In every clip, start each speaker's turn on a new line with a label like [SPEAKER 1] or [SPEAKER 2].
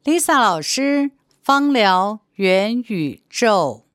[SPEAKER 1] Lisa 老师芳疗元宇宙。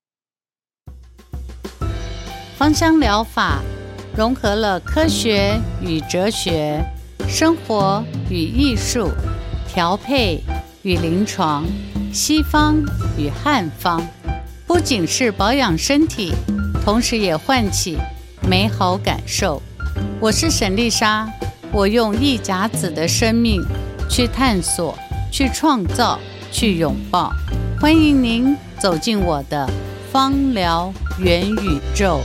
[SPEAKER 1] 芳香疗法融合了科学与哲学，生活与艺术，调配与临床，西方与汉方，不仅是保养身体，同时也唤起美好感受。我是沈丽莎，我用一甲子的生命去探索，去创造，去拥抱。欢迎您走进我的芳疗元宇宙。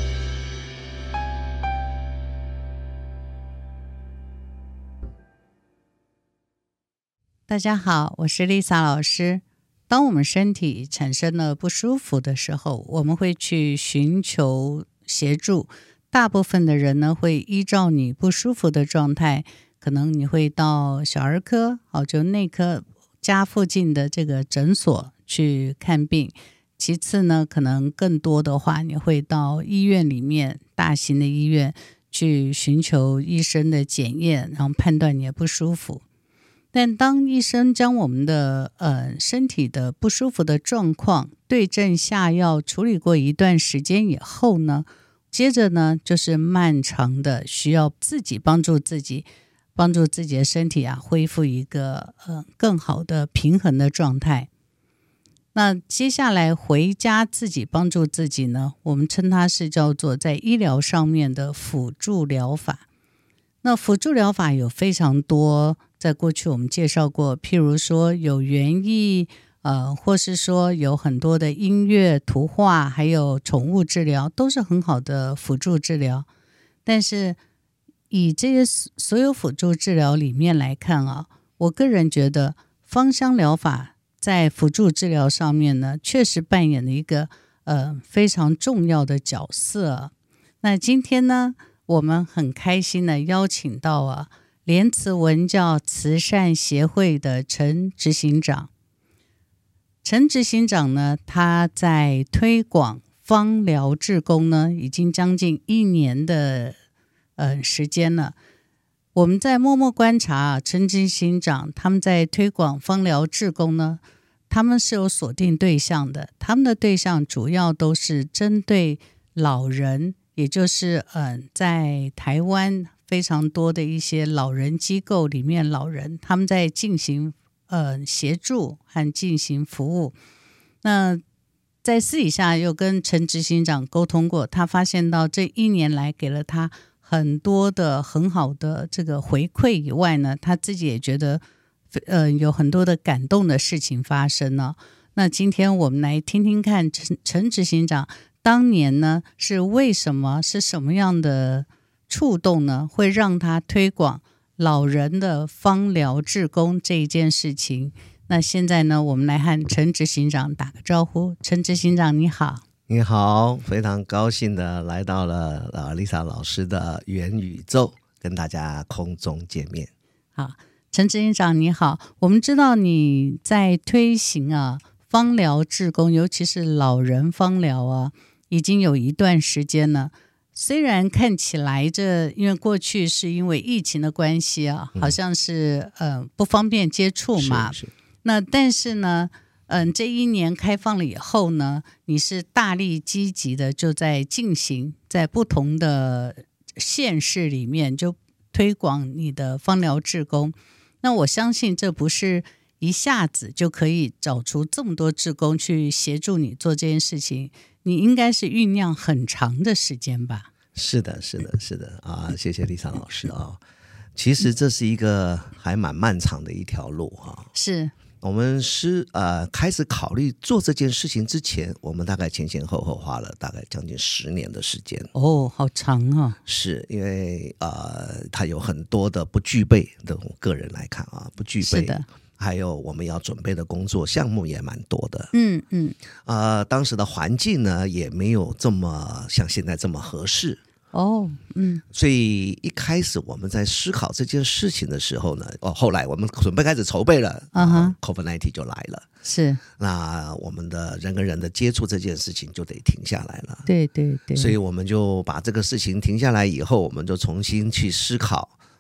[SPEAKER 1] 大家好，我是 Lisa 老师。当我们身体产生了不舒服的时候，我们会去寻求协助。大部分的人呢，会依照你不舒服的状态，可能你会到小儿科，就内科家附近的这个诊所去看病。其次呢，可能更多的话，你会到医院里面，大型的医院去寻求医生的检验，然后判断你的不舒服。但当医生将我们的身体的不舒服的状况对症下药处理过一段时间以后呢，接着呢就是漫长的需要自己帮助自己的身体恢复一个更好的平衡的状态。那接下来回家自己帮助自己呢，我们称它是叫做在医疗上面的辅助疗法。那辅助疗法有非常多，在过去我们介绍过，譬如说有园艺，或是说有很多的音乐、图画，还有宠物治疗，都是很好的辅助治疗。但是以这些所有辅助治疗里面来看我个人觉得芳香疗法在辅助治疗上面呢，确实扮演了一个非常重要的角色。那今天呢，我们很开心的邀请到莲慈文教慈善协会的陈执行长。陈执行长呢，他在推广芳疗志工呢，已经将近1年的时间了。我们在默默观察陈执行长他们在推广芳疗志工呢，他们是有锁定对象的，他们的对象主要都是针对老人，也就是在台湾非常多的一些老人机构里面，老人他们在进行协助和进行服务。那在私底下又跟陈执行长沟通过，他发现到这1年来给了他很多的很好的这个回馈以外呢，他自己也觉得有很多的感动的事情发生了。那今天我们来听听看陈执行长当年呢是为什么，是什么样的触动呢，会让他推广老人的芳疗志工这一件事情。那现在呢，我们来和陈执行长打个招呼。陈执行长你好。
[SPEAKER 2] 你好，非常高兴的来到了Lisa 老师的元宇宙，跟大家空中见面。
[SPEAKER 1] 好，陈执行长你好。我们知道你在推行芳疗志工，尤其是老人芳疗已经有一段时间了。虽然看起来因为过去是因为疫情的关系好像是不方便接触嘛，
[SPEAKER 2] 是
[SPEAKER 1] 那但是呢这1年开放了以后呢，你是大力积极的就在进行，在不同的县市里面就推广你的芳疗志工。那我相信这不是一下子就可以找出这么多志工去协助你做这件事情，你应该是酝酿很长的时间吧？
[SPEAKER 2] 是的谢谢Lisa老师其实这是一个还蛮漫长的一条路
[SPEAKER 1] 是
[SPEAKER 2] 我们是开始考虑做这件事情之前，我们大概前后花了大概将近10年的时间。
[SPEAKER 1] 好长
[SPEAKER 2] 是因为它有很多的不具备的，我个人来看不具备。
[SPEAKER 1] 是的，
[SPEAKER 2] 还有我们要准备的工作项目也蛮多的。当时的环境呢也没有这么像现在这么合适。所以一开始我们在思考这件事情的时候呢，后来我们准备开始筹备了，COVID-19 就来了。
[SPEAKER 1] 是，
[SPEAKER 2] 那我们的人跟人的接触这件事情就得停下来了。
[SPEAKER 1] 对，
[SPEAKER 2] 所以我们就把这个事情停下来以后，我们就重新去思考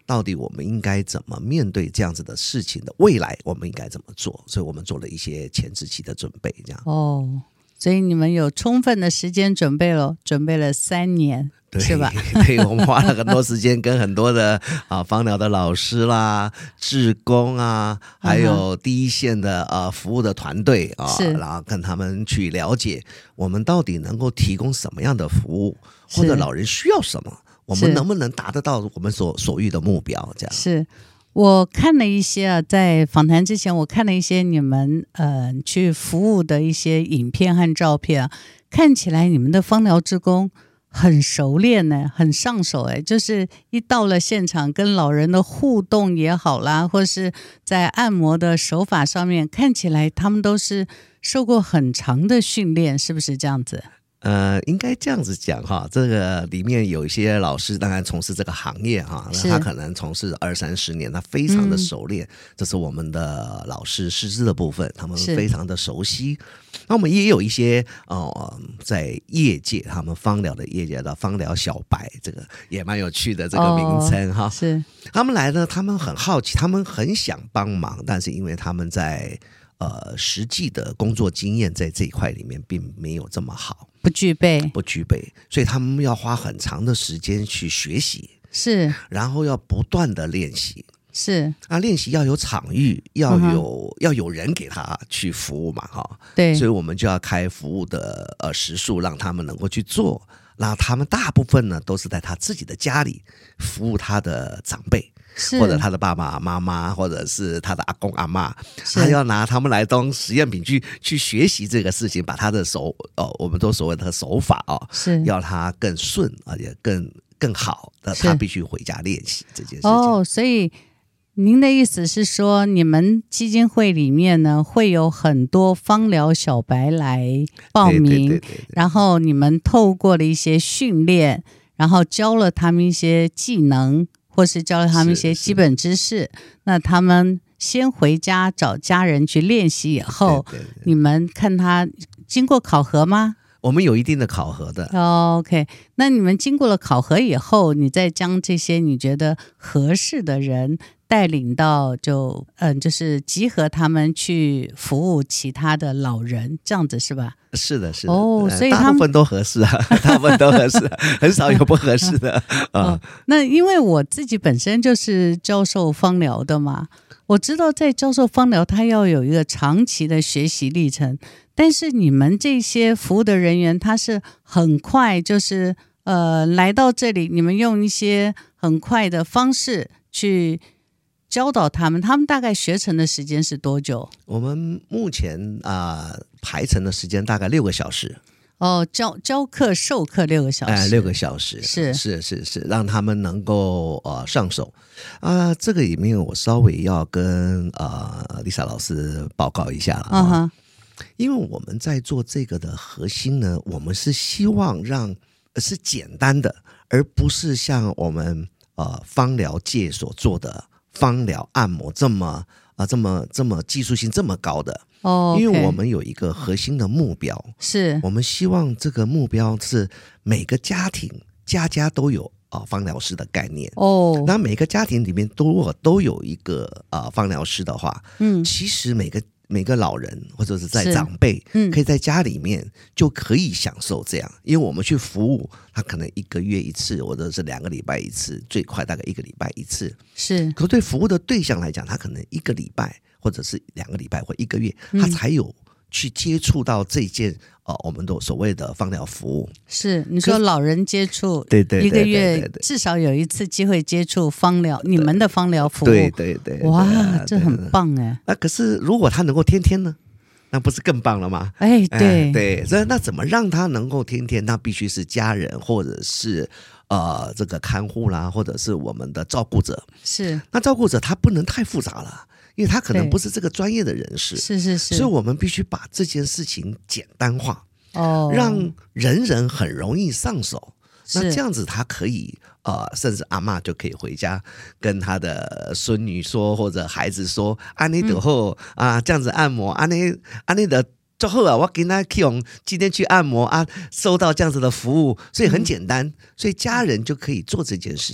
[SPEAKER 2] 到底我们应该怎么面对这样子的事情的未来，我们应该怎么做？所以我们做了一些前置期的准备，这样。
[SPEAKER 1] 哦，所以你们有充分的时间准备了，准备了3年。是吧？
[SPEAKER 2] 对，我们花了很多时间跟很多的芳疗的老师啦、志工啊，还有第一线的服务的团队啊，然后跟他们去了解我们到底能够提供什么样的服务，或者老人需要什么，我们能不能达得到我们所欲的目标？这样
[SPEAKER 1] 是。我看了一些在访谈之前，我看了一些你们去服务的一些影片和照片看起来你们的芳疗志工很熟练呢，很上手哎，就是一到了现场跟老人的互动也好啦，或是在按摩的手法上面，看起来他们都是受过很长的训练，是不是这样子？
[SPEAKER 2] 应该这样子讲哈，这个里面有一些老师当然从事这个行业哈，他可能从事20-30年，他非常的熟练，这是我们的老师师资的部分，他们非常的熟悉。那我们也有一些在业界，他们芳疗的业界的芳疗小白，这个也蛮有趣的这个名称哈。
[SPEAKER 1] 是
[SPEAKER 2] 他们来呢，他们很好奇，他们很想帮忙，但是因为他们在实际的工作经验在这一块里面并没有这么好，不具备，所以他们要花很长的时间去学习，
[SPEAKER 1] 是，
[SPEAKER 2] 然后要不断的练习，
[SPEAKER 1] 是
[SPEAKER 2] 练习要有场域，要有人给他去服务嘛，哈，
[SPEAKER 1] 对，
[SPEAKER 2] 所以我们就要开服务的时数，让他们能够去做。然后他们大部分呢都是在他自己的家里服务他的长辈，或者他的爸爸妈妈，或者是他的阿公阿嬷，他要拿他们来当实验品去学习这个事情，把他的我们都所谓的手法是要他更顺，而且更好，他必须回家练习这件事情。
[SPEAKER 1] 所以您的意思是说，你们基金会里面呢会有很多芳疗小白来报名，对，然后你们透过了一些训练，然后教了他们一些技能，或是教了他们一些基本知识，那他们先回家找家人去练习以后，你们看他经过考核吗？
[SPEAKER 2] 我们有一定的考核的。
[SPEAKER 1] OK， 那你们经过了考核以后，你再将这些你觉得合适的人带领到就是集合他们去服务其他的老人，这样子是吧？
[SPEAKER 2] 是的，是的。
[SPEAKER 1] 所以
[SPEAKER 2] 大部分都合适啊，大部分都合适，很少有不合适的
[SPEAKER 1] 那因为我自己本身就是教授芳疗的嘛，我知道在教授芳疗，他要有一个长期的学习历程。但是你们这些服务的人员，他是很快就是来到这里，你们用一些很快的方式去教导他们，他们大概学成的时间是多久？
[SPEAKER 2] 我们目前排程的时间大概6个小时。
[SPEAKER 1] 教课授课6个小时
[SPEAKER 2] ，6个小时，是，让他们能够上手这个里面我稍微要跟Lisa 老师报告一下了因为我们在做这个的核心呢，我们是希望是简单的，而不是像我们芳疗界所做的芳疗按摩这么技术性这么高的。因为我们有一个核心的目标，
[SPEAKER 1] 是
[SPEAKER 2] 我们希望这个目标是每个家庭家都有芳疗师的概念那每个家庭里面都有一个芳疗师的话，其实每个老人或者是在长辈可以在家里面就可以享受这样，因为我们去服务他可能1个月1次，或者是2个礼拜1次，最快大概1个礼拜1次。
[SPEAKER 1] 是，
[SPEAKER 2] 可对服务的对象来讲，他可能1个礼拜或者是2个礼拜或1个月，他才有去接触到这件我们的所谓的芳疗服务。
[SPEAKER 1] 是，你说老人接触，
[SPEAKER 2] 对
[SPEAKER 1] ，1个月至少有1次机会接触芳疗，你们的芳疗服务，
[SPEAKER 2] 对，
[SPEAKER 1] 哇，这很棒哎。
[SPEAKER 2] 可是如果他能够天天呢，那不是更棒了吗？
[SPEAKER 1] 对，
[SPEAKER 2] 所以那怎么让他能够天天？那必须是家人或者是这个看护啦，或者是我们的照顾者。是，那照顾者他不能太复杂了。因为他可能不是这个专业的人士，
[SPEAKER 1] 是，
[SPEAKER 2] 所以我们必须把这件事情简单化，让人很容易上手。那这样子他可以甚至阿嬷就可以回家跟他的孙女说，或者孩子说，安尼就好这样子按摩，安尼的就好我今天去按摩收到这样子的服务，所以很简单，所以家人就可以做这件事情。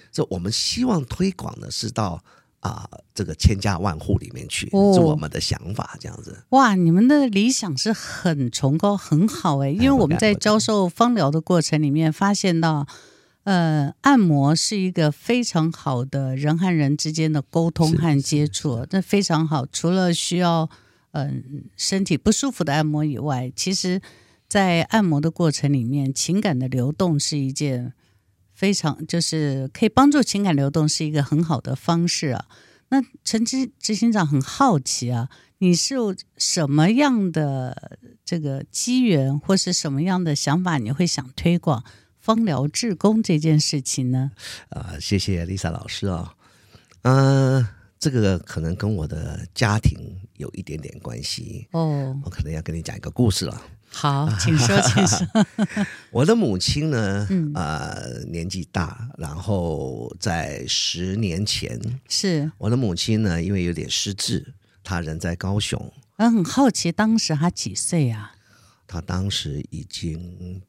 [SPEAKER 2] 所以我们希望推广的是到这个千家万户里面去，是我们的想法这样子。
[SPEAKER 1] 哇，你们的理想是很崇高很好因为我们在教授芳疗的过程里面发现到按摩是一个非常好的人和人之间的沟通和接触，那非常好。除了需要身体不舒服的按摩以外，其实在按摩的过程里面，情感的流动是一件非常，就是可以帮助情感流动，是一个很好的方式那陈执行长很好奇你是有什么样的这个机缘，或是什么样的想法，你会想推广芳疗志工这件事情呢？
[SPEAKER 2] 谢谢 Lisa 老师这个可能跟我的家庭有一点点关系我可能要跟你讲一个故事了。
[SPEAKER 1] 好，请说，请说。
[SPEAKER 2] 我的母亲呢，年纪大，然后在10年前，
[SPEAKER 1] 是
[SPEAKER 2] 我的母亲呢，因为有点失智，她人在高雄。
[SPEAKER 1] 很好奇，当时她几岁
[SPEAKER 2] 她当时已经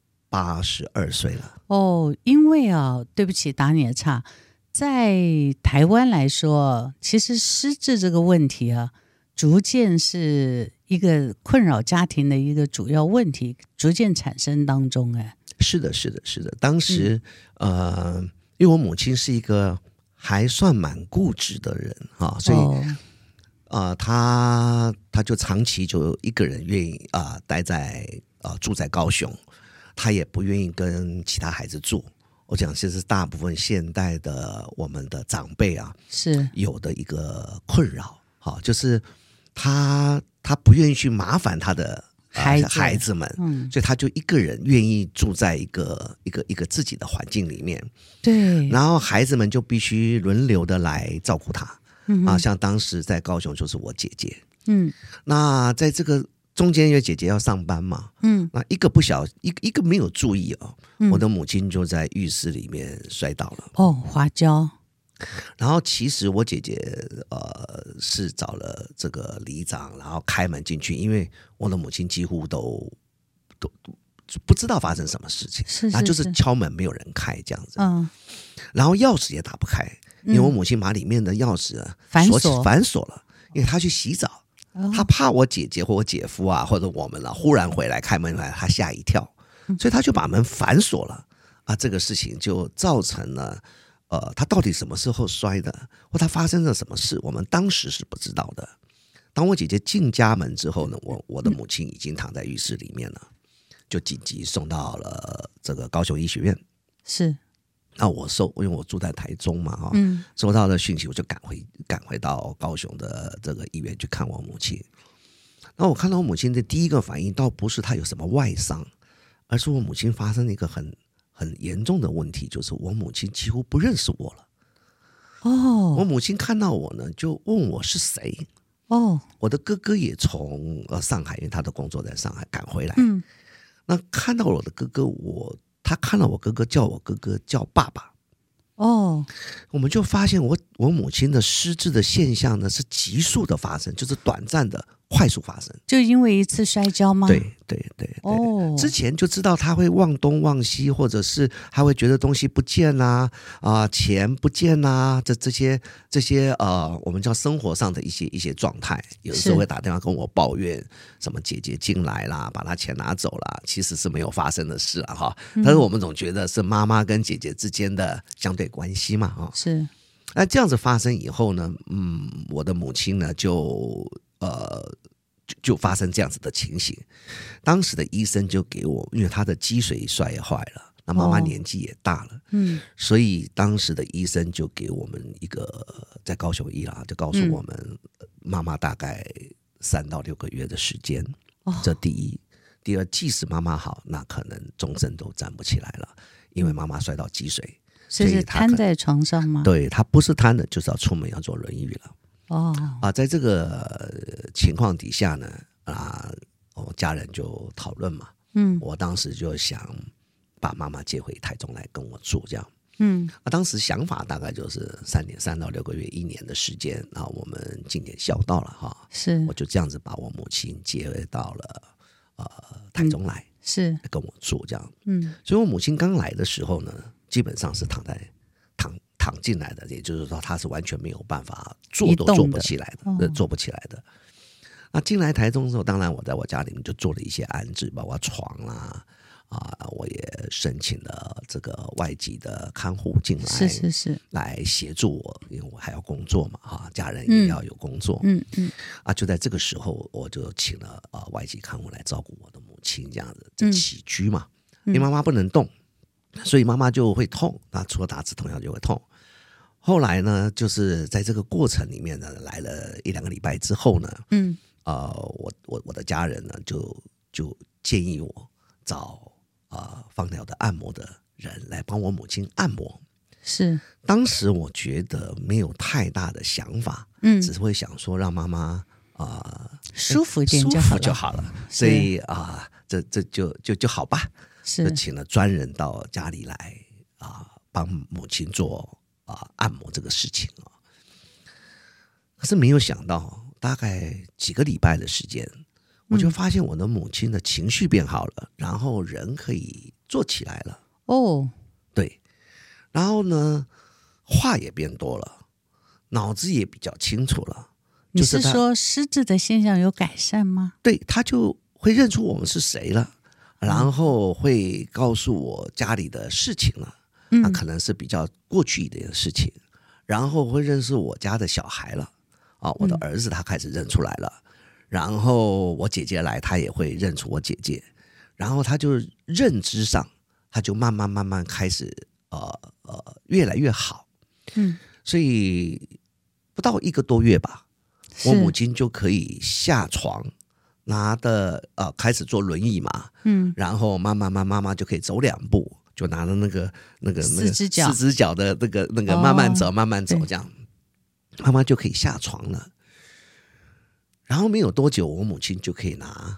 [SPEAKER 2] 82岁了。
[SPEAKER 1] 因为对不起，打你的岔，在台湾来说，其实失智这个问题逐渐是一个困扰家庭的一个主要问题，逐渐产生当中。
[SPEAKER 2] 是的，是的，是的。当时因为我母亲是一个还算蛮固执的人所以她就长期就一个人愿意住在高雄，她也不愿意跟其他孩子住。我讲其实大部分现代的我们的长辈是有的一个困扰就是他不愿意去麻烦他的孩子们，所以他就一个人愿意住在一个自己的环境里面。
[SPEAKER 1] 对，
[SPEAKER 2] 然后孩子们就必须轮流的来照顾他。像当时在高雄就是我姐姐。那在这个中间，因为姐姐要上班嘛，那一个没有注意我的母亲就在浴室里面摔倒了。
[SPEAKER 1] 滑跤。
[SPEAKER 2] 然后其实我姐姐是找了这个里长，然后开门进去，因为我的母亲几乎都不知道发生什么事情，然后就是敲门没有人开这样子。然后钥匙也打不开，因为我母亲把里面的钥匙反锁了，因为她去洗澡，她怕我姐姐或我姐夫或者我们忽然回来开门来，她吓一跳，所以她就把门反锁了这个事情就造成了他到底什么时候摔的，或他发生了什么事，我们当时是不知道的。当我姐姐进家门之后呢，我的母亲已经躺在浴室里面了，就紧急送到了这个高雄医学院。是，那因为我住在台中嘛收到了讯息，我就赶回到高雄的这个医院去看我母亲。然后我看到我母亲的第一个反应，倒不是她有什么外伤，而是我母亲发生了一个很严重的问题，就是我母亲几乎不认识我了。我母亲看到我呢，就问我是谁。我的哥哥也从上海，因为他的工作在上海赶回来。那看到我的哥哥，他看到我哥哥叫我哥哥叫爸爸。我们就发现我母亲的失智的现象呢是急速的发生，就是短暂的快速发生。
[SPEAKER 1] 就因为一次摔跤吗？
[SPEAKER 2] 对。之前就知道他会忘东忘西，或者是他会觉得东西不见钱不见这些我们叫生活上的一些状态，有的时候会打电话跟我抱怨什么姐姐进来啦，把他钱拿走啦，其实是没有发生的事但是我们总觉得是妈妈跟姐姐之间的相对关系嘛
[SPEAKER 1] 是。
[SPEAKER 2] 那这样子发生以后呢，我的母亲呢就发生这样子的情形。当时的医生就给我，因为他的脊髓摔坏了，那妈妈年纪也大了，所以当时的医生就给我们一个在高雄医就告诉我们，妈妈大概3到6个月的时间。这第一，第二，即使妈妈好，那可能终身都站不起来了，因为妈妈摔到脊髓。
[SPEAKER 1] 所以是瘫在床上吗？
[SPEAKER 2] 对，她不是瘫的，就是要出门要坐轮椅了。在这个情况底下呢，我家人就讨论嘛，我当时就想把妈妈接回台中来跟我住，这样，当时想法大概就是3到6个月1年的时间，然后我们尽点孝道了是，我就这样子把我母亲接回到了台中来，是跟我住这样，所以我母亲刚来的时候呢，基本上是躺躺进来的，也就是说他是完全没有办法坐都坐不起来的，坐不起来的。那进来台中之后，当然我在我家里面就做了一些安置，包括床啦。我也申请了这个外籍的看护进来，
[SPEAKER 1] 是
[SPEAKER 2] 来协助我，因为我还要工作嘛，家人也要有工作，就在这个时候，我就请了外籍看护来照顾我的母亲，这样子就起居嘛，因为妈妈不能动，所以妈妈就会痛，那除了打止痛药就会痛。后来呢，就是在这个过程里面呢，来了1-2个礼拜之后呢，我的家人呢就建议我找芳疗的按摩的人来帮我母亲按摩。
[SPEAKER 1] 是，
[SPEAKER 2] 当时我觉得没有太大的想法，只是会想说让妈妈
[SPEAKER 1] 舒服一点
[SPEAKER 2] 就好了，所以这就好吧，就请了专人到家里来帮母亲做按摩这个事情可是没有想到，大概几个礼拜的时间，我就发现我的母亲的情绪变好了，然后人可以坐起来了。对，然后呢，话也变多了，脑子也比较清楚了。
[SPEAKER 1] 你是说失智的现象有改善吗？
[SPEAKER 2] 对，他就会认出我们是谁了，然后会告诉我家里的事情了，那可能是比较过去一点的事情，然后会认识我家的小孩了，我的儿子他开始认出来了。然后我姐姐来，她也会认出我姐姐，然后她就认知上，她就慢慢开始越来越好。所以不到1个多月吧，我母亲就可以下床，拿的开始坐轮椅嘛，然后慢慢妈妈就可以走2步，就拿着那个
[SPEAKER 1] 四只
[SPEAKER 2] 脚的那个慢慢走慢慢走，这样妈妈就可以下床了。然后没有多久，我母亲就可以拿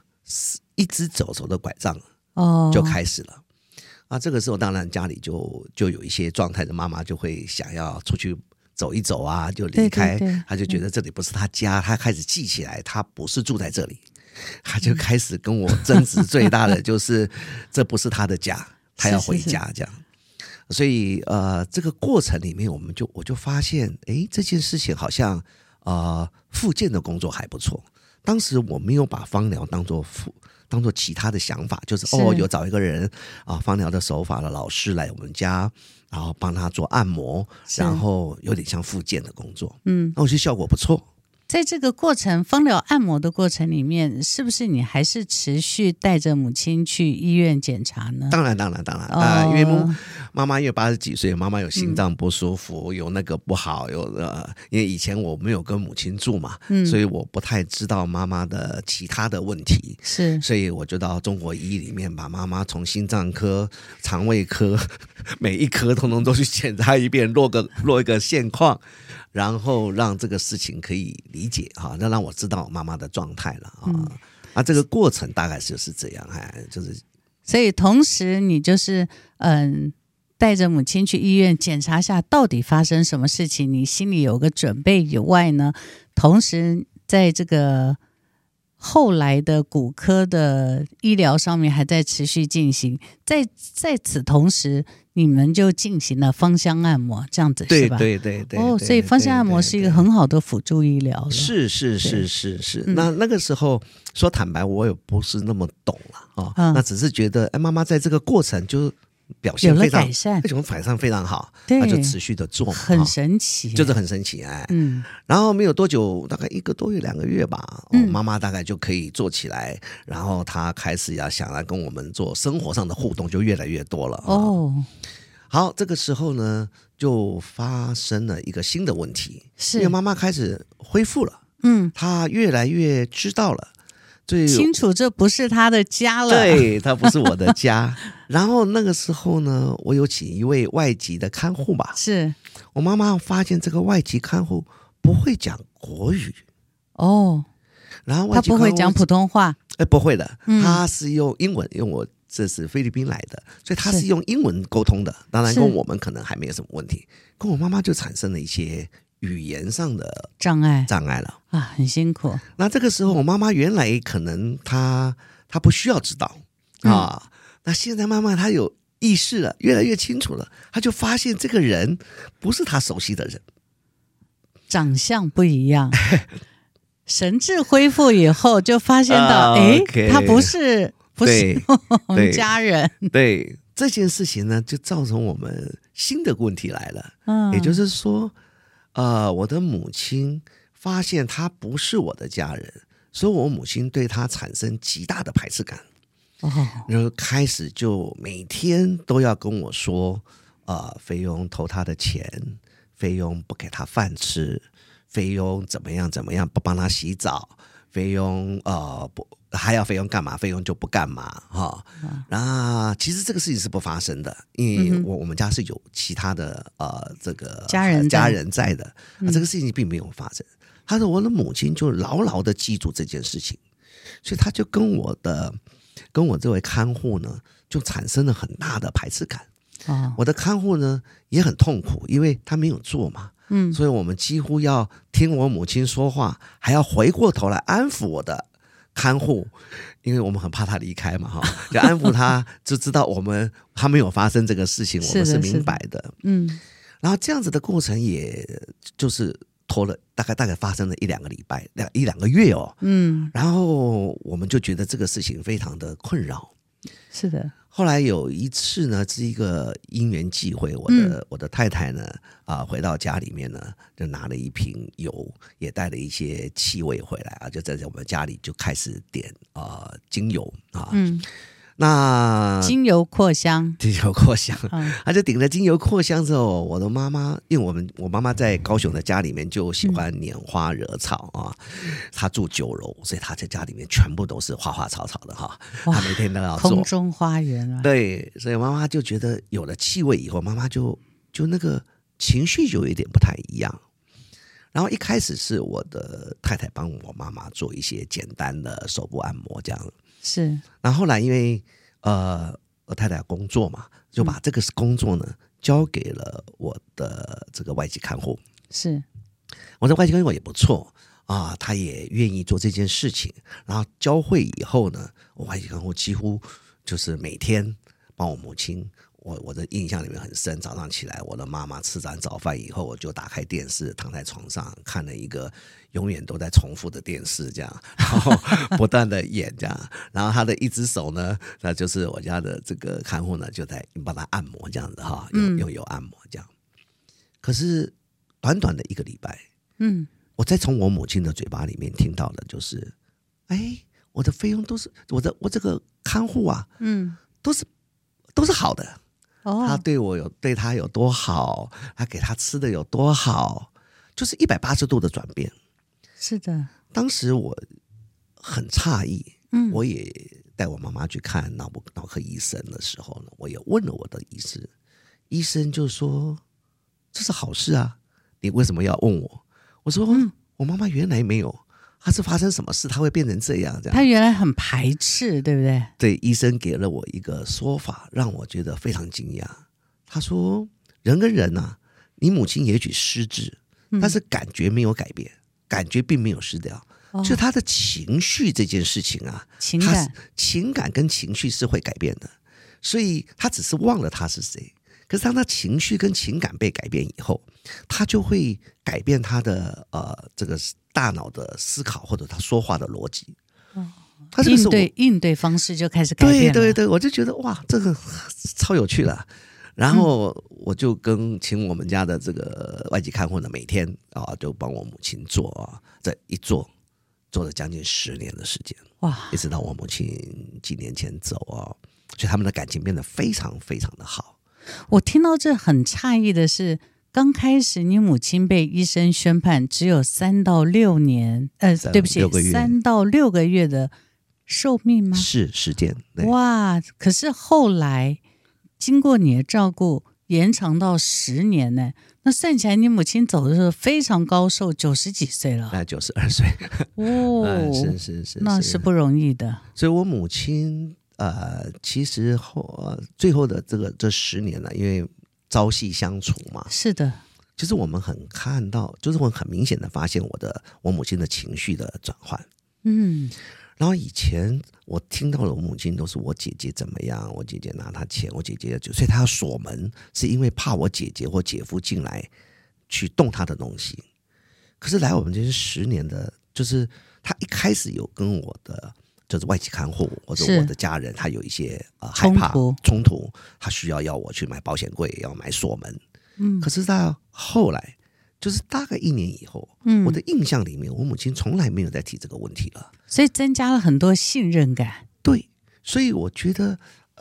[SPEAKER 2] 1只走的拐杖，就开始了。这个时候当然家里就有一些状态的妈妈就会想要出去走一走就离开，她就觉得这里不是她家，她开始记起来她不是住在这里，她就开始跟我争执最大的就是这不是她的家，她要回家这样。所以这个过程里面我就发现这件事情好像复健的工作还不错。当时我没有把芳疗当作其他的想法，就是有找一个人芳疗的手法的老师来我们家，然后帮他做按摩，然后有点像复健的工作。那我觉得效果不错。
[SPEAKER 1] 在这个过程，芳疗按摩的过程里面，是不是你还是持续带着母亲去医院检查呢？当然，
[SPEAKER 2] 因为妈妈因为80几岁，妈妈有心脏不舒服，有那个不好，因为以前我没有跟母亲住嘛，所以我不太知道妈妈的其他的问题，所以我就到中国医里面把妈妈从心脏科、肠胃科每一科通通都去检查一遍，落一个现况。然后让这个事情可以理解让我知道妈妈的状态了这个过程大概就是这样就是
[SPEAKER 1] 所以同时你就是带着母亲去医院检查下到底发生什么事情，你心里有个准备以外呢，同时在这个后来的骨科的医疗上面还在持续进行，在此同时你们就进行了芳香按摩，这样子是吧？
[SPEAKER 2] 对。
[SPEAKER 1] 所以芳香按摩是一个很好的辅助医疗了。
[SPEAKER 2] 是。那个时候说坦白，我也不是那么懂了那只是觉得妈妈在这个过程就表现非常
[SPEAKER 1] 有了改善，
[SPEAKER 2] 那种改善非常好，
[SPEAKER 1] 他
[SPEAKER 2] 就持续的做嘛，
[SPEAKER 1] 很神奇，
[SPEAKER 2] 就是很神奇然后没有多久，大概1个多月2个月吧，妈妈大概就可以做起来，然后她开始想来跟我们做生活上的互动，就越来越多了好，这个时候呢，就发生了一个新的问题，因为妈妈开始恢复了，她越来越知道了。
[SPEAKER 1] 清楚这不是他的家了，
[SPEAKER 2] 对，他不是我的家。然后那个时候呢，我有请一位外籍的看护吧，
[SPEAKER 1] 是
[SPEAKER 2] 我妈妈发现这个外籍看护不会讲国语然后外籍看护他
[SPEAKER 1] 不会讲普通话，
[SPEAKER 2] 不会的，他是用英文，因为我这是菲律宾来的，所以他是用英文沟通的，当然跟我们可能还没有什么问题，跟我妈妈就产生了一些语言上的障碍了
[SPEAKER 1] 很辛苦。
[SPEAKER 2] 那这个时候我妈妈原来可能她不需要知道那现在妈妈她有意识了，越来越清楚了，他就发现这个人不是他熟悉的人，
[SPEAKER 1] 长相不一样。神智恢复以后，就发现到，他不是我们家人。
[SPEAKER 2] 对这件事情呢，就造成我们新的问题来了。也就是说，我的母亲发现他不是我的家人，所以我母亲对他产生极大的排斥感。然后开始就每天都要跟我说，菲佣偷他的钱，菲佣不给他饭吃，菲佣怎么样怎么样，不帮他洗澡，菲佣不还要菲佣干嘛，菲佣就不干嘛哈。那其实这个事情是不发生的，因为我们家是有其他的这个家人在的，这个事情并没有发生。他说我的母亲就牢牢的记住这件事情，所以他就跟我这位看护呢，就产生了很大的排斥感。我的看护呢也很痛苦，因为他没有做嘛，所以我们几乎要听我母亲说话，还要回过头来安抚我的看护，因为我们很怕他离开嘛，就安抚他，就知道他没有发生这个事情，我们是明白的。然后这样子的过程，也就是拖了大概发生了1-2个礼拜，1-2个月哦。然后我们就觉得这个事情非常的困扰。
[SPEAKER 1] 是的。
[SPEAKER 2] 后来有一次呢，是一个因缘际会，我的太太呢回到家里面呢，就拿了一瓶油，也带了一些气味回来就在我们家里就开始点精油那
[SPEAKER 1] 精油扩香，
[SPEAKER 2] 他就顶了精油扩香之后，我的妈妈，因为我妈妈在高雄的家里面就喜欢拈花惹草她住9楼，所以她在家里面全部都是花花草草的她每天都要做
[SPEAKER 1] 空中花园
[SPEAKER 2] 对，所以妈妈就觉得有了气味以后，妈妈就那个情绪就有一点不太一样。然后一开始是我的太太帮我妈妈做一些简单的手部按摩这样。
[SPEAKER 1] 是，
[SPEAKER 2] 然后后来因为我太太工作嘛，就把这个工作呢交给了我的这个外籍看护。
[SPEAKER 1] 是，
[SPEAKER 2] 我的外籍看护也不错他也愿意做这件事情。然后教会以后呢，我外籍看护几乎就是每天帮我母亲。我的印象里面很深，早上起来，我的妈妈吃完早饭以后，我就打开电视，躺在床上看了一个永远都在重复的电视，这样，然后不断的演这样，然后他的一只手呢，那就是我家的这个看护呢，就在帮他按摩这样子用油按摩这样。可是短短的1个礼拜，我再从我母亲的嘴巴里面听到的就是，我的费用都是我这个看护都是好的。他对他有多好，他给他吃的有多好，就是180度的转变。
[SPEAKER 1] 是的，
[SPEAKER 2] 当时我很诧异，我也带我妈妈去看脑科医生的时候呢，我也问了我的医师，医生就说这是好事啊，你为什么要问我？我说我妈妈原来没有。他是发生什么事他会变成这样？
[SPEAKER 1] 他原来很排斥，对不对？
[SPEAKER 2] 对，医生给了我一个说法，让我觉得非常惊讶。他说人跟人你母亲也许失智，但是感觉没有改变，感觉并没有失掉，就他的情绪这件事情情感跟情绪是会改变的，所以他只是忘了他是谁。可是当他情绪跟情感被改变以后，他就会改变他的这个大脑的思考或者他说话的逻辑。
[SPEAKER 1] 应对方式就开始改变了。
[SPEAKER 2] 对，我就觉得哇，这个超有趣了。然后我就请我们家的这个外籍看护呢，每天就帮我母亲做这一做了将近10年的时间。哇！一直到我母亲几年前走所以他们的感情变得非常非常的好。
[SPEAKER 1] 我听到这很诧异的是，刚开始你母亲被医生宣判只有3到6年，对不起，3到6个月的寿命吗？
[SPEAKER 2] 是时间。
[SPEAKER 1] 哇！可是后来经过你的照顾，延长到10年呢。那算起来，你母亲走的时候非常高寿，90几岁了。
[SPEAKER 2] 92岁。是，
[SPEAKER 1] 那是不容易的。
[SPEAKER 2] 所以我母亲其实最后的这10年呢，因为朝夕相处嘛，
[SPEAKER 1] 是的，
[SPEAKER 2] 就是我们就是我很明显的发现我母亲的情绪的转换。 然后以前我听到的我母亲都是我姐姐怎么样，我姐姐拿她钱，我姐姐所以她要锁门，是因为怕我姐姐或姐夫进来去动她的东西。可是来我们这是10年的，就是他一开始有跟我的就是外籍看护或者我的家人，他有一些害怕冲突，他需要我去买保险柜，要买锁门。可是到后来，就是大概1年以后，我的印象里面，我母亲从来没有再提这个问题了，
[SPEAKER 1] 所以增加了很多信任感。
[SPEAKER 2] 对，所以我觉得，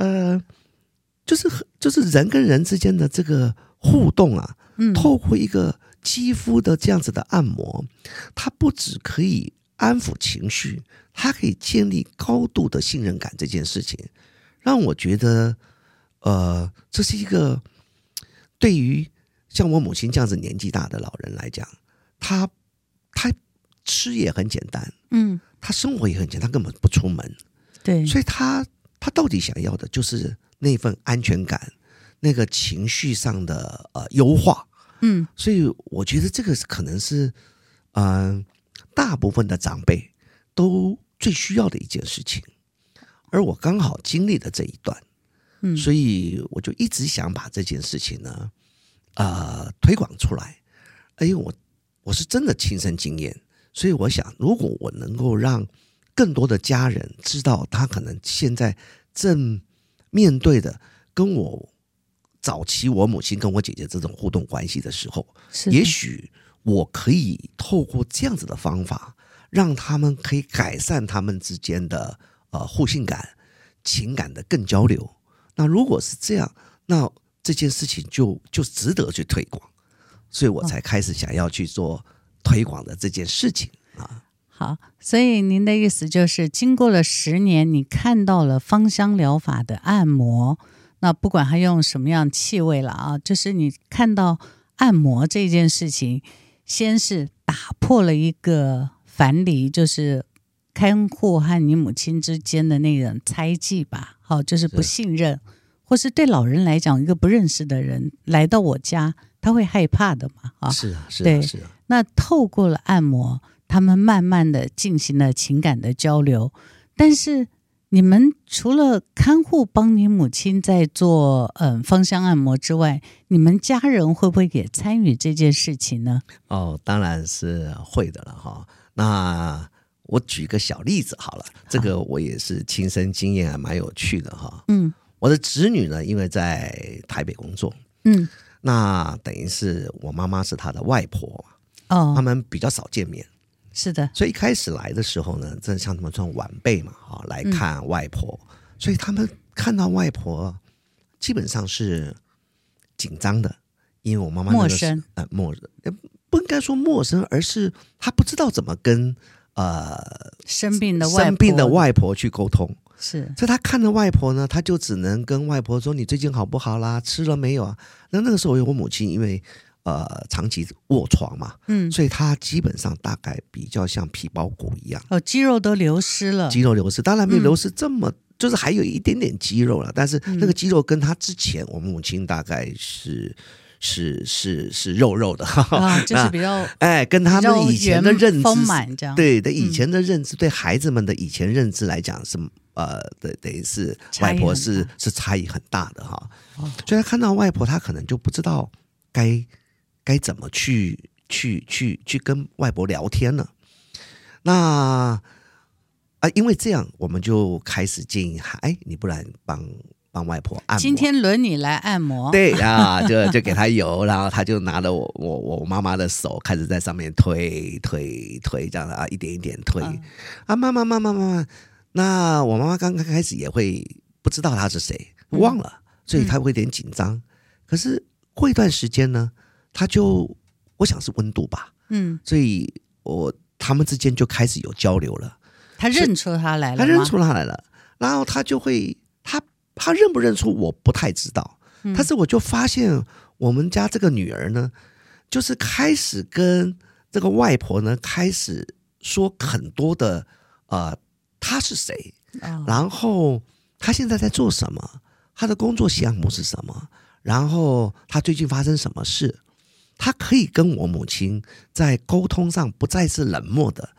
[SPEAKER 2] 就是人跟人之间的这个互动啊，透过一个肌肤的这样子的按摩，它不只可以安抚情绪，它可以建立高度的信任感。这件事情让我觉得，这是一个对于像我母亲这样子年纪大的老人来讲，他吃也很简单，他生活也很简单，他根本不出门，
[SPEAKER 1] 对，
[SPEAKER 2] 所以他到底想要的就是那份安全感，那个情绪上的优化。所以我觉得这个可能是大部分的长辈都最需要的一件事情，而我刚好经历了这一段，所以我就一直想把这件事情呢推广出来。因为我是真的亲身经验，所以我想如果我能够让更多的家人知道他可能现在正面对的跟我早期我母亲跟我姐姐这种互动关系的时候，也许我可以透过这样子的方法，让他们可以改善他们之间的互信感、情感的更交流。那如果是这样，那这件事情就值得去推广，所以我才开始想要去做推广的这件事情啊。
[SPEAKER 1] 好，所以您的意思就是经过了10年，你看到了芳香疗法的按摩，那不管它用什么样气味了啊，就是你看到按摩这件事情，先是打破了一个樊篱，就是看护和你母亲之间的那种猜忌吧，好，就是不信任，或是对老人来讲，一个不认识的人来到我家，他会害怕的嘛，啊，
[SPEAKER 2] 是啊，是啊，
[SPEAKER 1] 对，
[SPEAKER 2] 是啊。
[SPEAKER 1] 那透过了按摩，他们慢慢的进行了情感的交流，但是你们除了看护帮你母亲在做芳香按摩之外，你们家人会不会也参与这件事情呢？
[SPEAKER 2] 当然是会的了哈。那我举个小例子好了，这个我也是亲身经验，还蛮有趣的哈。我的侄女呢，因为在台北工作，那等于是我妈妈是她的外婆，他们比较少见面。
[SPEAKER 1] 是的，
[SPEAKER 2] 所以一开始来的时候呢，真的像他们算晚辈嘛，来看外婆，所以他们看到外婆基本上是紧张的，因为我妈妈
[SPEAKER 1] 陌生，
[SPEAKER 2] 不应该说陌生，而是他不知道怎么跟
[SPEAKER 1] 生病的
[SPEAKER 2] 外婆去沟通。
[SPEAKER 1] 是，
[SPEAKER 2] 所以他看着外婆呢，他就只能跟外婆说：“你最近好不好啦？吃了没有啊？”那个时候我母亲因为长期卧床嘛，所以他基本上大概比较像皮包骨一样，
[SPEAKER 1] 肌肉都流失了。
[SPEAKER 2] 肌肉流失，当然没有流失这么，就是还有一点点肌肉了，但是那个肌肉跟他之前我母亲大概是肉肉的
[SPEAKER 1] 就是比较
[SPEAKER 2] 跟他们以前的认知
[SPEAKER 1] 丰满这样，
[SPEAKER 2] 对的以前的认知，对孩子们的以前认知来讲是等于是外婆是差异很大的哈。所以他看到外婆，他可能就不知道该怎么去跟外婆聊天了。那因为这样，我们就开始建议你不然帮外婆按摩。今
[SPEAKER 1] 天轮你来按摩。对
[SPEAKER 2] 啊，就给他油，然后他就拿了我妈妈的手，开始在上面推这样的一点一点推。慢慢，那我妈妈刚刚开始也会不知道他是谁，忘了，所以他会有点紧张。可是过一段时间呢，他就我想是温度吧，所以他们之间就开始有交流了。
[SPEAKER 1] 他认出他来了吗？
[SPEAKER 2] 他认出他来了，然后他就会他认不认出我不太知道，但是我就发现我们家这个女儿呢，就是开始跟这个外婆呢开始说很多的她是谁，然后她现在在做什么，她的工作项目是什么，然后她最近发生什么事，她可以跟我母亲在沟通上不再是冷漠的，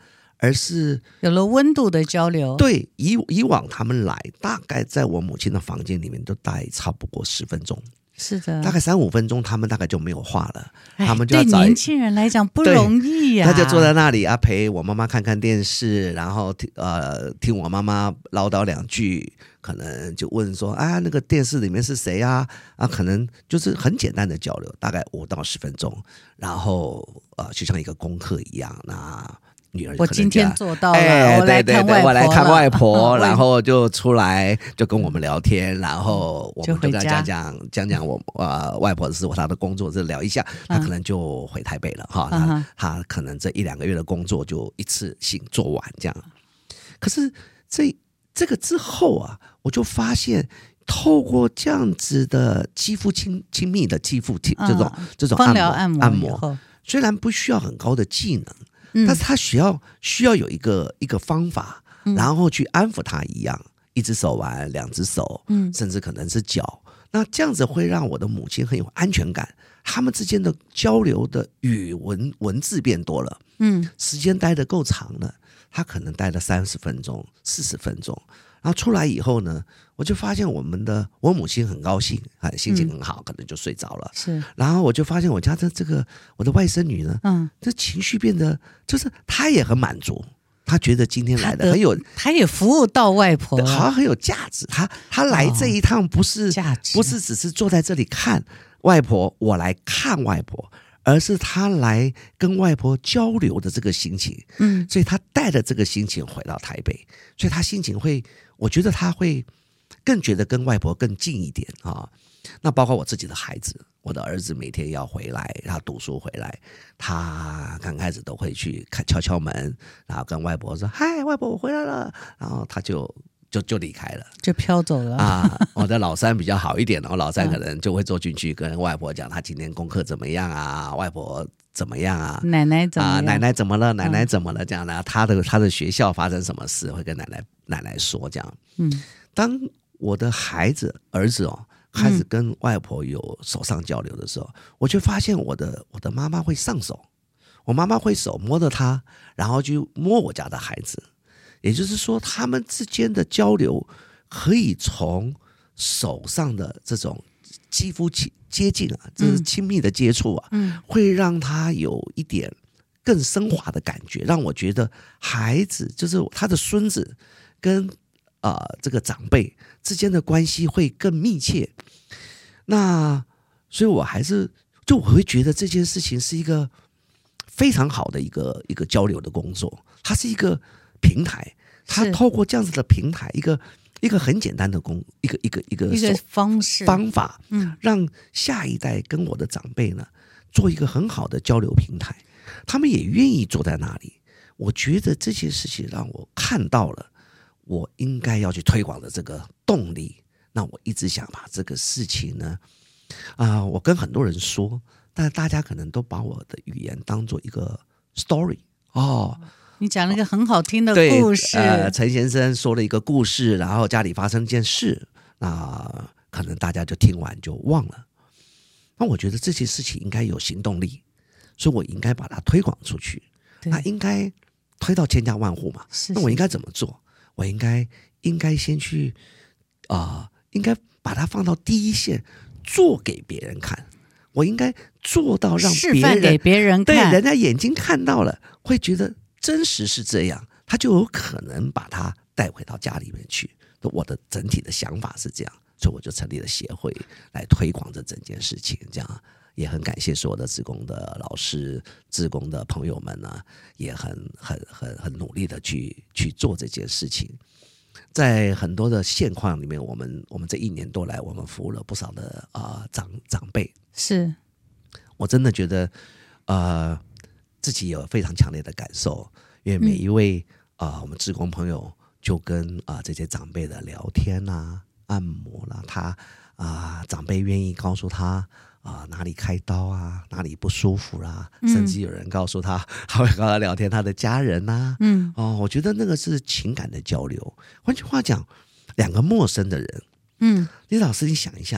[SPEAKER 2] 而是
[SPEAKER 1] 有了温度的交流。
[SPEAKER 2] 对，以往他们来，大概在我母亲的房间里面都待差不多10分钟。
[SPEAKER 1] 是的，
[SPEAKER 2] 大概3-5分钟，他们大概就没有话了。他们就要
[SPEAKER 1] 对年轻人来讲不容易呀、
[SPEAKER 2] 他就坐在那里啊，陪我妈妈看看电视，然后听我妈妈唠叨2句，可能就问说啊，那个电视里面是谁啊？啊，可能就是很简单的交流，大概5到10分钟，然后就像一个功课一样，那。女儿
[SPEAKER 1] 我今天做到了，我
[SPEAKER 2] 来看外婆，然后就出来就跟我们聊天，然后我们就跟他讲我外婆的事，她的工作，就聊一下，她可能就回台北了哈，她可能这1-2个月的工作就一次性做完这样。可是这个之后啊，我就发现透过这样子的肌肤亲密的肌肤这种
[SPEAKER 1] 芳疗按
[SPEAKER 2] 摩，虽然不需要很高的技能。但是他需要有一个方法，然后去安抚他一样，1只手玩，2只手，甚至可能是脚。那这样子会让我的母亲很有安全感，他们之间的交流的文字变多了，时间待得够长了，他可能待了30分钟、40分钟。然后出来以后呢，我就发现我母亲很高兴，心情很好，可能就睡着了。
[SPEAKER 1] 是，
[SPEAKER 2] 然后我就发现我家的我的外甥女呢，这情绪变得就是她也很满足，她觉得今天来的很有，
[SPEAKER 1] 她也服务到外婆，
[SPEAKER 2] 好像很有价值。她来这一趟不是只是坐在这里看外婆，我来看外婆。而是他来跟外婆交流的这个心情，所以他带着这个心情回到台北，所以他心情我觉得他会更觉得跟外婆更近一点啊。那包括我自己的孩子，我的儿子每天要回来，他读书回来，他刚开始都会去敲门，然后跟外婆说：“嗨，外婆，我回来了。”然后他就离开了，
[SPEAKER 1] 就飘走了
[SPEAKER 2] 啊！我的老三比较好一点，我老三可能就会坐进去跟外婆讲他今天功课怎么样啊，外婆怎么样啊，
[SPEAKER 1] 奶奶怎么样
[SPEAKER 2] 奶奶怎么了，奶奶怎么了这样的，他的学校发生什么事会跟奶奶说这样。当我的儿子开始跟外婆有手上交流的时候，我就发现我的妈妈会上手，我妈妈会手摸着他，然后就摸我家的孩子。也就是说，他们之间的交流可以从手上的这种肌肤接近啊，这是亲密的接触啊，会让他有一点更升华的感觉，让我觉得孩子就是他的孙子跟这个长辈之间的关系会更密切。那所以我会觉得这件事情是一个非常好的一个交流的工作，它是一个平台，他透过这样子的平台，一个很简单的一个方法，让下一代跟我的长辈呢做一个很好的交流平台，他们也愿意坐在那里。我觉得这件事情让我看到了我应该要去推广的这个动力。那我一直想把这个事情呢，我跟很多人说，但大家可能都把我的语言当做一个 story
[SPEAKER 1] 你讲了一个很好听的故事，
[SPEAKER 2] 陈先生说了一个故事，然后家里发生一件事，那可能大家就听完就忘了。那我觉得这些事情应该有行动力，所以我应该把它推广出去。那应该推到千家万户嘛？那我应该怎么做？我应该先去应该把它放到第一线，做给别人看。我应该做到让
[SPEAKER 1] 示范给别人看，
[SPEAKER 2] 对，人家眼睛看到了，会觉得真实是这样，他就有可能把它带回到家里面去。我的整体的想法是这样，所以我就成立了协会来推广这整件事情。这样也很感谢所有的志工的老师、志工的朋友们呢，也很努力的去做这件事情。在很多的现况里面，我们这1年多来，我们服务了不少的长辈。
[SPEAKER 1] 是，
[SPEAKER 2] 我真的觉得自己有非常强烈的感受，因为每一位我们志工朋友就跟这些长辈的聊天啦、按摩啦，他长辈愿意告诉他哪里开刀啊，哪里不舒服啦，甚至有人告诉他，还会跟他聊天他的家人啊，我觉得那个是情感的交流。换句话讲，2个陌生的人，李老师你想一下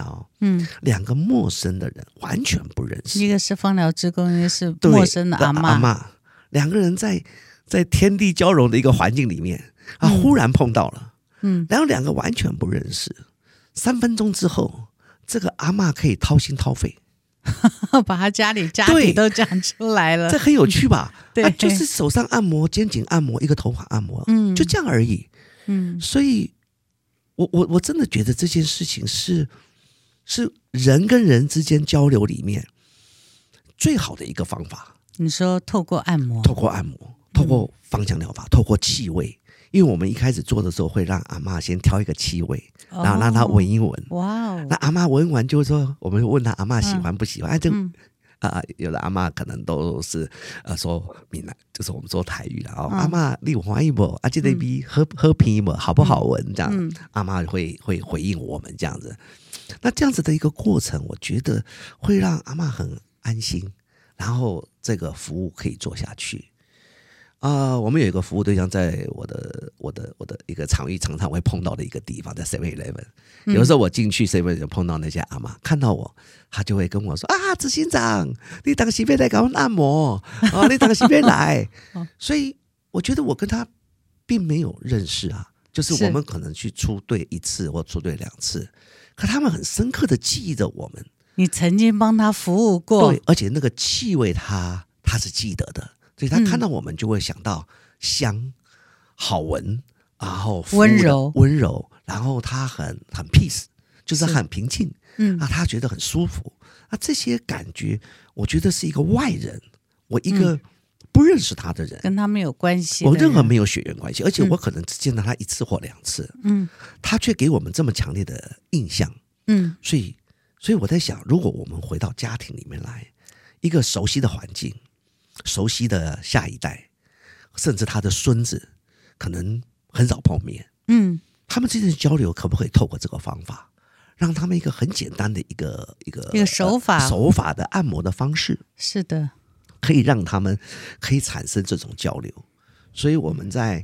[SPEAKER 2] 2个陌生的人完全不认识，
[SPEAKER 1] 一个是芳疗志工，一个是陌生的阿嬷，
[SPEAKER 2] 2个人在在天地交融的一个环境里面啊，忽然碰到了，然后两个完全不认识，3分钟之后，这个阿嬷可以掏心掏肺。
[SPEAKER 1] 把他家底都讲出来了，
[SPEAKER 2] 这很有趣吧？
[SPEAKER 1] 对，
[SPEAKER 2] 就是手上按摩、肩颈按摩、一个头发按摩，就这样而已。所以我真的觉得这件事情是人跟人之间交流里面最好的一个方法。
[SPEAKER 1] 你说透过按摩，
[SPEAKER 2] 透过芳香疗法，透过气味。因为我们一开始做的时候，会让阿嬷先挑一个气味，然后让她闻一闻。哇哦！那阿嬷闻一闻，就说我们问她阿嬷喜欢不喜欢？有的阿嬷可能都是说闽南，就是我们说台语啦。阿嬷你有欢喜不？啊，这个味喝偏不？好不好闻？这样，阿嬷会回应我们这样子。那这样子的一个过程，我觉得会让阿嬷很安心，然后这个服务可以做下去。我们有一个服务对象，在我的一个场域常常会碰到的一个地方，在 7-Eleven。有的时候我进去 7-Eleven 碰到那些阿嬷，看到我，他就会跟我说：“啊，执行长，你当时别来给我按摩你当时别来。”所以我觉得我跟他并没有认识啊，就是我们可能去出队1次或出队2次，可他们很深刻的记忆着我们。
[SPEAKER 1] 你曾经帮他服务过，
[SPEAKER 2] 对，而且那个气味他是记得的。所以他看到我们就会想到香、好闻，然后温柔，然后他很 peace， 就是很平静，他觉得很舒服。这些感觉，我觉得是一个外人，我一个不认识他的人，
[SPEAKER 1] 跟他没有关系，
[SPEAKER 2] 我任何没有血缘关系，而且我可能只见到他1次或2次，他却给我们这么强烈的印象，所以我在想，如果我们回到家庭里面来，一个熟悉的环境。熟悉的下一代，甚至他的孙子，可能很少碰面。他们之间的交流可不可以透过这个方法，让他们一个很简单的一个
[SPEAKER 1] 手法
[SPEAKER 2] 的按摩的方式？
[SPEAKER 1] 是的，
[SPEAKER 2] 可以让他们可以产生这种交流。所以我们在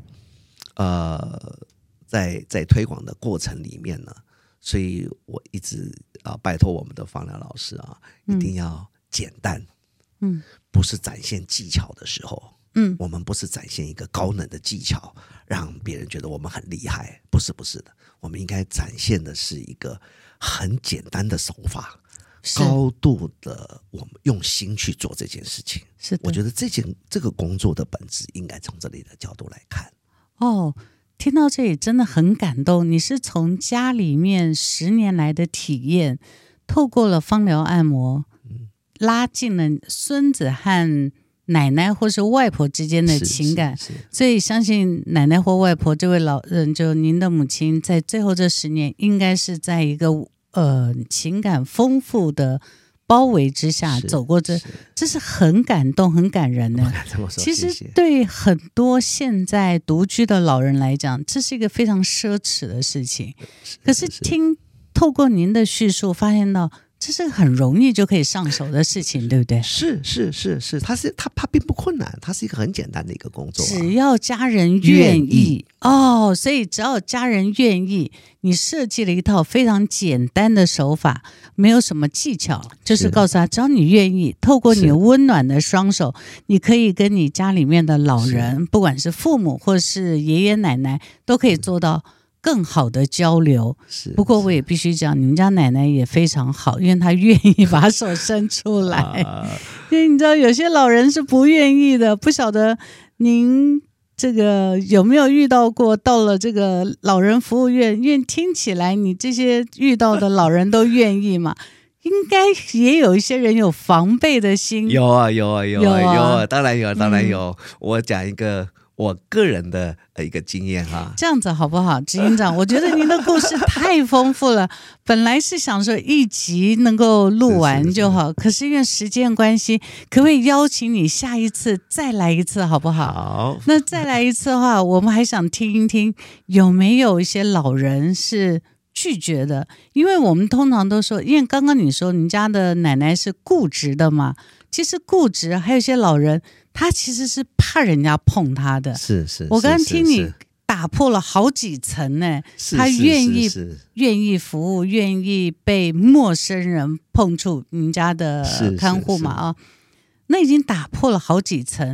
[SPEAKER 2] 推广的过程里面呢，所以我一直拜托我们的芳疗老师一定要简单。不是展现技巧的时候，我们不是展现一个高能的技巧，让别人觉得我们很厉害，不是的，我们应该展现的是一个很简单的手法，高度的我们用心去做这件事情。是的，我觉得这个工作的本质应该从这里的角度来看。
[SPEAKER 1] 听到这里真的很感动，你是从家里面10年来的体验，透过了芳疗按摩。拉近了孙子和奶奶或是外婆之间的情感，所以相信奶奶或外婆这位老人，就您的母亲，在最后这10年，应该是在一个情感丰富的包围之下走过这是很感动、很感人的。其实对很多现在独居的老人来讲，这是一个非常奢侈的事情。可是透过您的叙述，发现到。这是很容易就可以上手的事情，对不对？
[SPEAKER 2] 是，它并不困难，它是一个很简单的一个工作，
[SPEAKER 1] 只要家人愿意所以只要家人愿意，你设计了一套非常简单的手法，没有什么技巧，就是告诉他，只要你愿意，透过你温暖的双手，你可以跟你家里面的老人，不管是父母或是爷爷奶奶，都可以做到更好的交流。不过我也必须讲，你们家奶奶也非常好，因为她愿意把手伸出来。因为你知道有些老人是不愿意的，不晓得您这个有没有遇到过，到了这个老人服务院，因为听起来你这些遇到的老人都愿意嘛，应该也有一些人有防备的心。
[SPEAKER 2] 有啊，当然有。我讲一个我个人的一个经验这
[SPEAKER 1] 样子好不好，执行长？我觉得您的故事太丰富了。本来是想说1集能够录完就好，可是因为时间关系，可不可以邀请你下一次再来一次，好不好？
[SPEAKER 2] 好。
[SPEAKER 1] 那再来一次的话，我们还想听一听有没有一些老人是拒绝的，因为我们通常都说，因为刚刚你说你家的奶奶是固执的嘛，其实固执还有一些老人。他其实是怕人家碰他的，
[SPEAKER 2] 是。
[SPEAKER 1] 我刚刚听你打破了好几层呢，他愿意服务，愿意被陌生人碰触，你家的看护嘛那已经打破了好几层。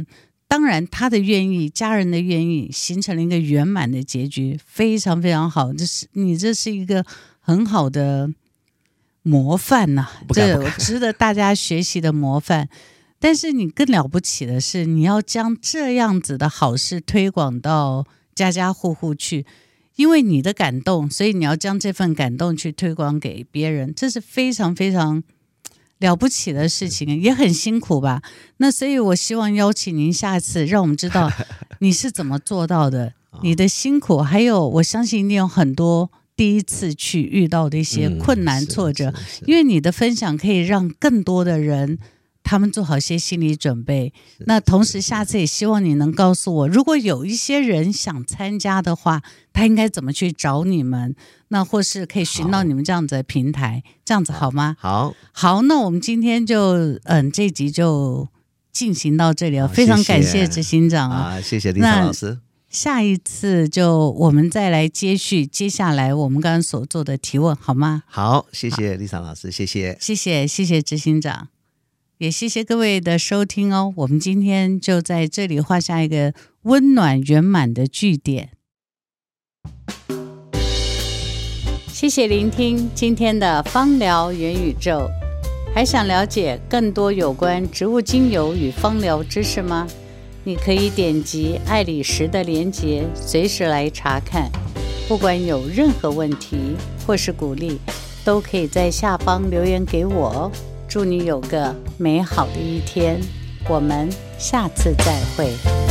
[SPEAKER 1] 当然他的愿意，家人的愿意，形成了一个圆满的结局，非常非常好。这是一个很好的模范呐，这值得大家学习的模范。但是你更了不起的是，你要将这样子的好事推广到家家户户去，因为你的感动，所以你要将这份感动去推广给别人，这是非常非常了不起的事情，也很辛苦吧。那所以我希望邀请您下次让我们知道你是怎么做到的你的辛苦，还有我相信一定有很多第一次去遇到的一些困难挫折，因为你的分享可以让更多的人他们做好些心理准备。那同时下次也希望你能告诉我，如果有一些人想参加的话，他应该怎么去找你们，那或是可以寻到你们这样子的平台，这样子好吗？好，那我们今天就这一集就进行到这里了，非常感谢执行长啊，
[SPEAKER 2] 谢谢丽莎老师。
[SPEAKER 1] 下一次就我们再来接续接下来我们刚刚所做的提问，好吗？
[SPEAKER 2] 好，谢谢丽莎老师，谢谢
[SPEAKER 1] 执行长，也谢谢各位的收听哦。我们今天就在这里画下一个温暖圆满的句点。谢谢聆听今天的芳疗元宇宙。还想了解更多有关植物精油与芳疗知识吗？你可以点击爱理石的连结，随时来查看。不管有任何问题或是鼓励，都可以在下方留言给我哦。祝你有个美好的一天，我们下次再会。